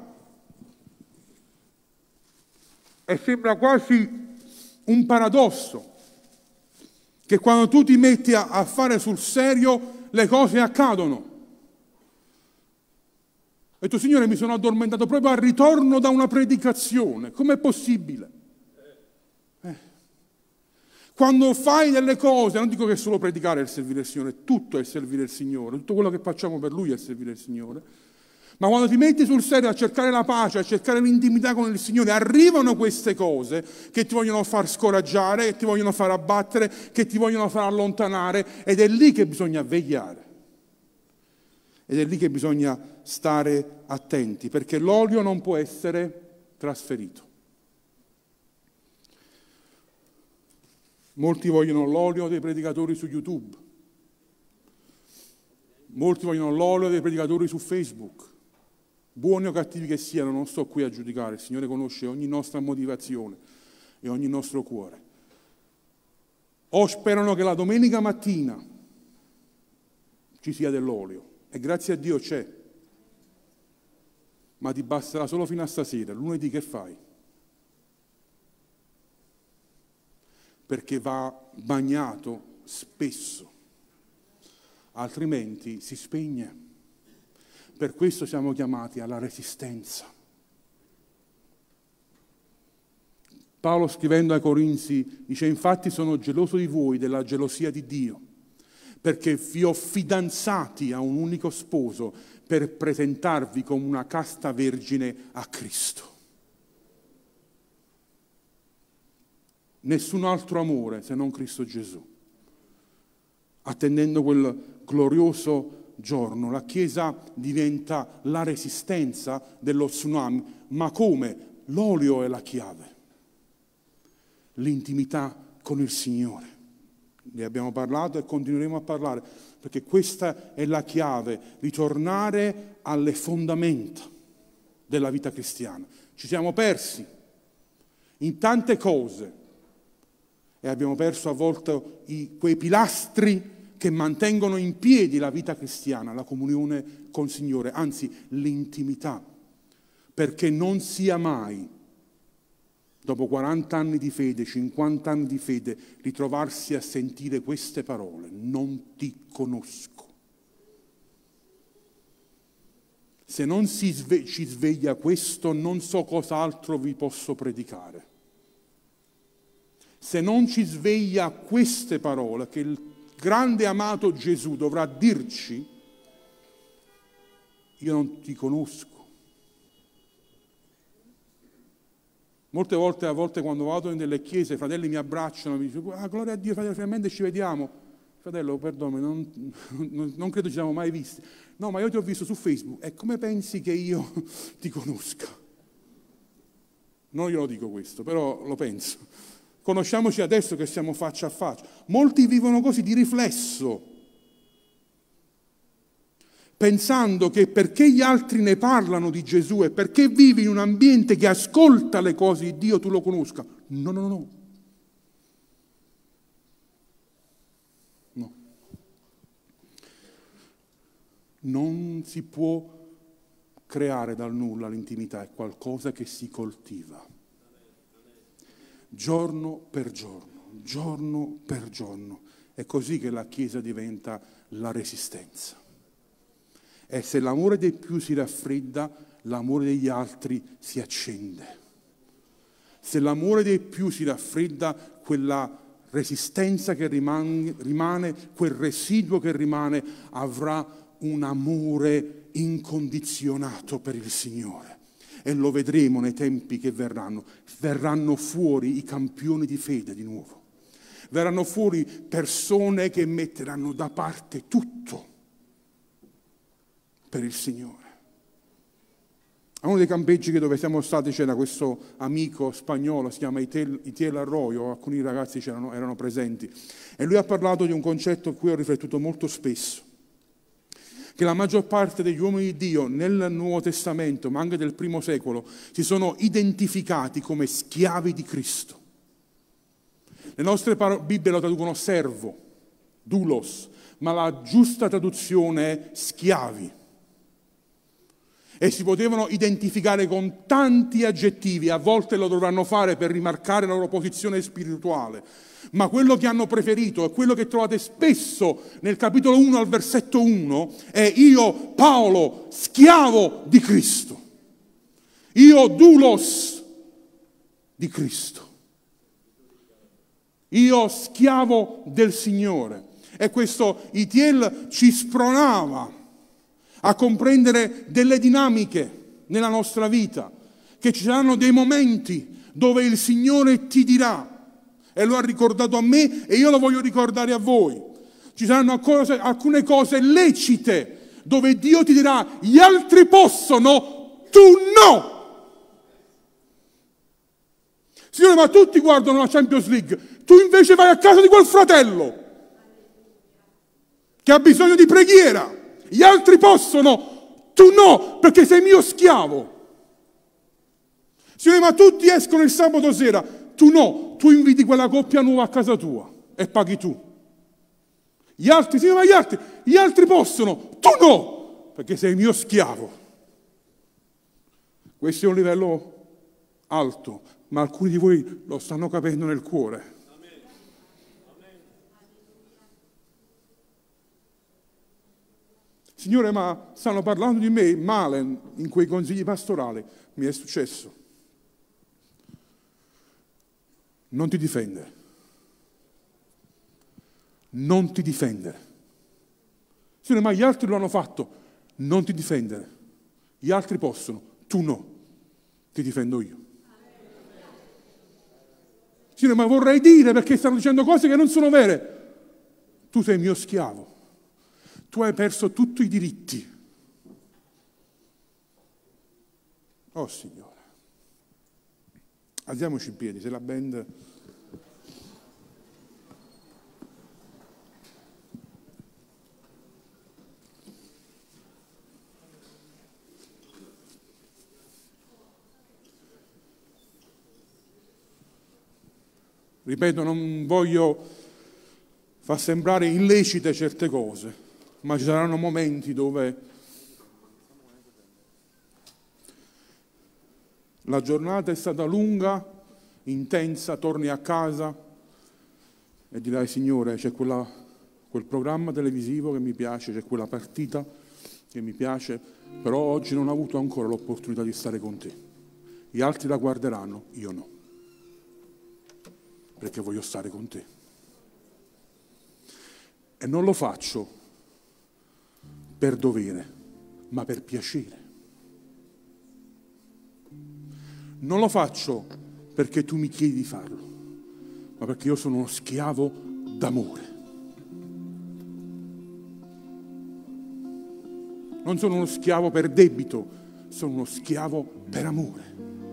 e sembra quasi un paradosso che quando tu ti metti a fare sul serio le cose accadono. E tu, Signore, mi sono addormentato proprio al ritorno da una predicazione, com'è possibile? Quando fai delle cose, non dico che solo predicare è il servire il Signore, tutto è il servire il Signore, tutto quello che facciamo per Lui è il servire il Signore, ma quando ti metti sul serio a cercare la pace, a cercare l'intimità con il Signore, arrivano queste cose che ti vogliono far scoraggiare, che ti vogliono far abbattere, che ti vogliono far allontanare, ed è lì che bisogna vegliare. Ed è lì che bisogna stare attenti, perché l'olio non può essere trasferito. Molti vogliono l'olio dei predicatori su YouTube, molti vogliono l'olio dei predicatori su Facebook. Buoni o cattivi che siano, non sto qui a giudicare, il Signore conosce ogni nostra motivazione e ogni nostro cuore. O sperano che la domenica mattina ci sia dell'olio, e grazie a Dio c'è, ma ti basterà solo fino a stasera. Lunedì che fai? Perché va bagnato spesso, altrimenti si spegne. Per questo siamo chiamati alla resistenza. Paolo, scrivendo ai Corinzi, dice: infatti sono geloso di voi, della gelosia di Dio, perché vi ho fidanzati a un unico sposo per presentarvi come una casta vergine a Cristo. Nessun altro amore se non Cristo Gesù. Attendendo quel glorioso giorno, la Chiesa diventa la resistenza dello tsunami. Ma come? L'olio è la chiave. L'intimità con il Signore. Ne abbiamo parlato e continueremo a parlare, perché questa è la chiave, ritornare alle fondamenta della vita cristiana. Ci siamo persi in tante cose e abbiamo perso a volte quei pilastri che mantengono in piedi la vita cristiana, la comunione col Signore, anzi l'intimità, perché non sia mai, dopo 40 anni di fede, 50 anni di fede, ritrovarsi a sentire queste parole: non ti conosco. Se non ci sveglia questo, non so cos'altro vi posso predicare. Se non ci sveglia queste parole che il grande amato Gesù dovrà dirci: io non ti conosco. Molte volte, a volte quando vado nelle chiese, i fratelli mi abbracciano, mi dicono: ah, gloria a Dio, fratello, finalmente ci vediamo. Fratello, perdono, non credo ci siamo mai visti. No, ma io ti ho visto su Facebook, e come pensi che io ti conosca? Non glielo dico questo, però lo penso. Conosciamoci adesso che siamo faccia a faccia. Molti vivono così di riflesso, pensando che perché gli altri ne parlano di Gesù e perché vivi in un ambiente che ascolta le cose di Dio, tu lo conosca. No, no, no. No. Non si può creare dal nulla l'intimità, è qualcosa che si coltiva. Giorno per giorno, giorno per giorno. È così che la Chiesa diventa la resistenza. E se l'amore dei più si raffredda, l'amore degli altri si accende. Se l'amore dei più si raffredda, quella resistenza che rimane, quel residuo che rimane, avrà un amore incondizionato per il Signore. E lo vedremo nei tempi che verranno. Verranno fuori i campioni di fede di nuovo. Verranno fuori persone che metteranno da parte tutto per il Signore. A uno dei campeggi dove siamo stati c'era questo amico spagnolo, si chiama Itiel Arroyo, alcuni ragazzi erano presenti, e lui ha parlato di un concetto a cui ho riflettuto molto spesso, che la maggior parte degli uomini di Dio nel Nuovo Testamento, ma anche del primo secolo, si sono identificati come schiavi di Cristo. Le nostre Bibbie lo traducono servo, doulos, ma la giusta traduzione è schiavi. E si potevano identificare con tanti aggettivi, a volte lo dovranno fare per rimarcare la loro posizione spirituale, ma quello che hanno preferito e quello che trovate spesso nel capitolo 1 al versetto 1 è: io, Paolo, schiavo di Cristo, io, doulos di Cristo, io, schiavo del Signore. E questo Itiel ci spronava a comprendere delle dinamiche nella nostra vita, che ci saranno dei momenti dove il Signore ti dirà, e lo ha ricordato a me e io lo voglio ricordare a voi, ci saranno alcune cose lecite dove Dio ti dirà: gli altri possono, tu no. Signore, ma tutti guardano la Champions League, tu invece vai a casa di quel fratello che ha bisogno di preghiera. Gli altri possono, tu no, perché sei mio schiavo. Signore, ma tutti escono il sabato sera, tu no, tu inviti quella coppia nuova a casa tua e paghi tu. Gli altri, Signore, ma gli altri possono, tu no, perché sei mio schiavo. Questo è un livello alto, ma alcuni di voi lo stanno capendo nel cuore. Signore, ma stanno parlando di me male in quei consigli pastorali. Mi è successo. Non ti difendere. Non ti difendere. Signore, ma gli altri lo hanno fatto. Non ti difendere. Gli altri possono, tu no. Ti difendo io. Signore, ma vorrei dire, perché stanno dicendo cose che non sono vere. Tu sei mio schiavo. Tu hai perso tutti i diritti. Oh Signore. Alziamoci in piedi, se la band... Ripeto, non voglio far sembrare illecite certe cose, ma ci saranno momenti dove la giornata è stata lunga, intensa, torni a casa e dirai: Signore, c'è quel programma televisivo che mi piace, c'è quella partita che mi piace, però oggi non ho avuto ancora l'opportunità di stare con te. Gli altri la guarderanno, io no, perché voglio stare con te. E non lo faccio per dovere, ma per piacere. Non lo faccio perché tu mi chiedi di farlo, ma perché io sono uno schiavo d'amore. Non sono uno schiavo per debito, sono uno schiavo per amore.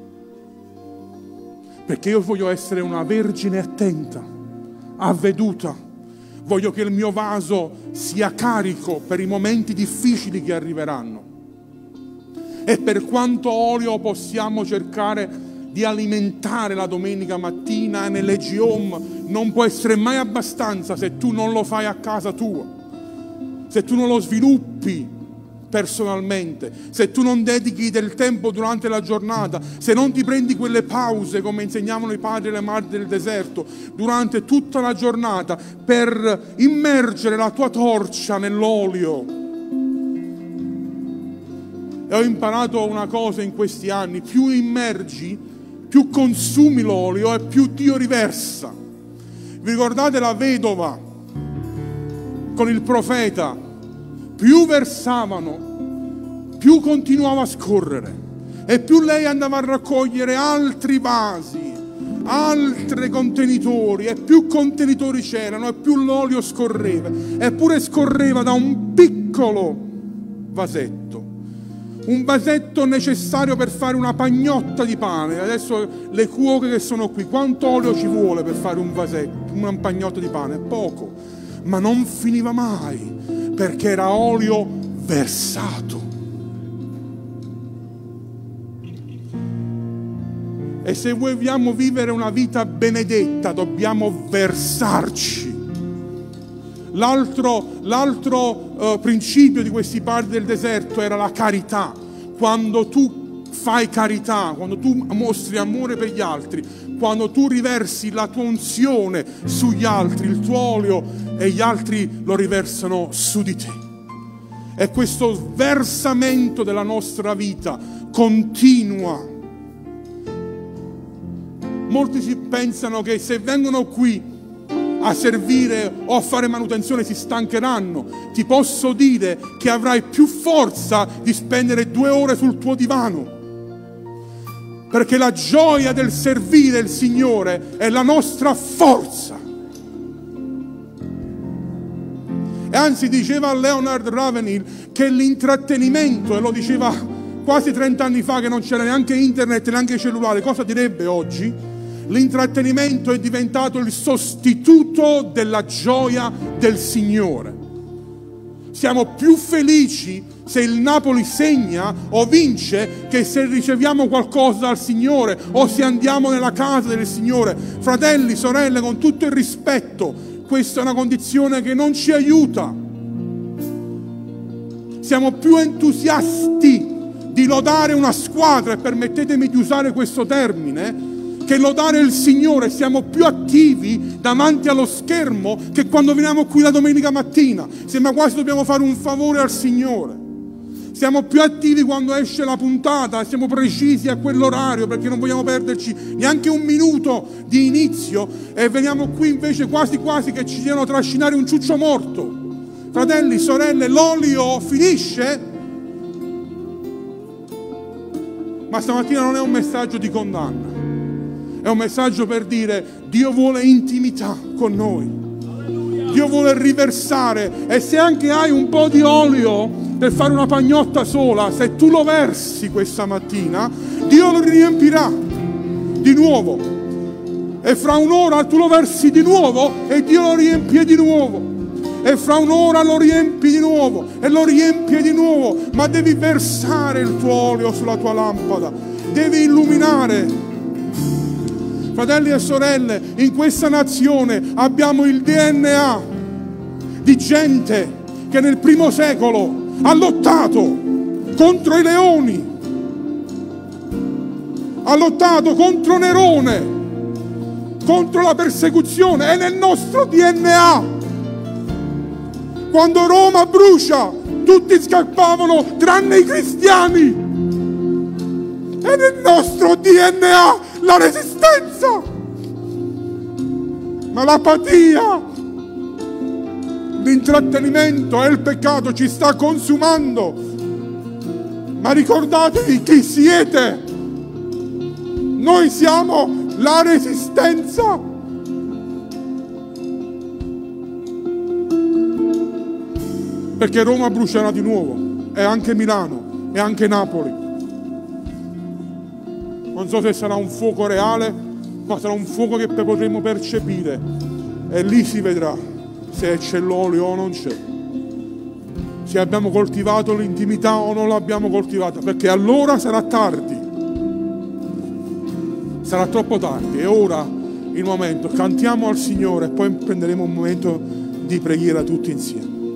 Perché io voglio essere una vergine attenta, avveduta. Voglio che il mio vaso sia carico per i momenti difficili che arriveranno. E per quanto olio possiamo cercare di alimentare la domenica mattina nell'Egg Home, non può essere mai abbastanza se tu non lo fai a casa tua, se tu non lo sviluppi personalmente, se tu non dedichi del tempo durante la giornata, se non ti prendi quelle pause come insegnavano i padri e le madri del deserto durante tutta la giornata per immergere la tua torcia nell'olio. E ho imparato una cosa in questi anni: più immergi, più consumi l'olio e più Dio riversa. Vi ricordate la vedova con il profeta? Più versavano, più continuava a scorrere e più lei andava a raccogliere altri vasi, altri contenitori, e più contenitori c'erano e più l'olio scorreva, eppure scorreva da un piccolo vasetto, un vasetto necessario per fare una pagnotta di pane. Adesso le cuoche che sono qui, quanto olio ci vuole per fare un vasetto, una pagnotta di pane? Poco, ma non finiva mai, perché era olio versato. E se vogliamo vivere una vita benedetta, dobbiamo versarci. L'altro principio di questi padri del deserto era la carità. Quando tu fai carità, quando tu mostri amore per gli altri, quando tu riversi la tua unzione sugli altri, il tuo olio, e gli altri lo riversano su di te. E questo versamento della nostra vita continua. Molti si pensano che se vengono qui a servire o a fare manutenzione si stancheranno. Ti posso dire che avrai più forza di spendere 2 ore sul tuo divano, perché la gioia del servire il Signore è la nostra forza. E anzi, diceva Leonard Ravenhill che l'intrattenimento, e lo diceva quasi 30 anni fa che non c'era neanche internet, neanche cellulare, cosa direbbe oggi? L'intrattenimento è diventato il sostituto della gioia del Signore. Siamo più felici se il Napoli segna o vince che se riceviamo qualcosa dal Signore o se andiamo nella casa del Signore. Fratelli, sorelle, con tutto il rispetto, questa è una condizione che non ci aiuta. Siamo più entusiasti di lodare una squadra, e permettetemi di usare questo termine, che lodare il Signore. Siamo più attivi davanti allo schermo che quando veniamo qui la domenica mattina. Sembra quasi dobbiamo fare un favore al Signore. Siamo più attivi quando esce la puntata, siamo precisi a quell'orario perché non vogliamo perderci neanche un minuto di inizio, e veniamo qui invece quasi che ci devono trascinare un ciuccio morto. Fratelli, sorelle, l'olio finisce, ma stamattina non è un messaggio di condanna, è un messaggio per dire: Dio vuole intimità con noi, Dio vuole riversare. E se anche hai un po' di olio per fare una pagnotta sola, se tu lo versi questa mattina, Dio lo riempirà di nuovo, e fra un'ora tu lo versi di nuovo e Dio lo riempie di nuovo, e fra un'ora lo riempi di nuovo e lo riempie di nuovo. Ma devi versare il tuo olio sulla tua lampada, devi illuminare. Fratelli e sorelle, in questa nazione abbiamo il DNA di gente che nel primo secolo ha lottato contro i leoni, ha lottato contro Nerone, contro la persecuzione. È nel nostro DNA. Quando Roma brucia, tutti scappavano tranne i cristiani. È nel nostro DNA la resistenza, ma l'apatia, l'intrattenimento e il peccato ci sta consumando. Ma ricordatevi chi siete. Noi siamo la resistenza. Perché Roma brucerà di nuovo, e anche Milano, e anche Napoli. Non so se sarà un fuoco reale, ma sarà un fuoco che potremo percepire, e lì si vedrà se c'è l'olio o non c'è, se abbiamo coltivato l'intimità o non l'abbiamo coltivata, perché allora sarà tardi, sarà troppo tardi. E ora il momento, cantiamo al Signore e poi prenderemo un momento di preghiera tutti insieme.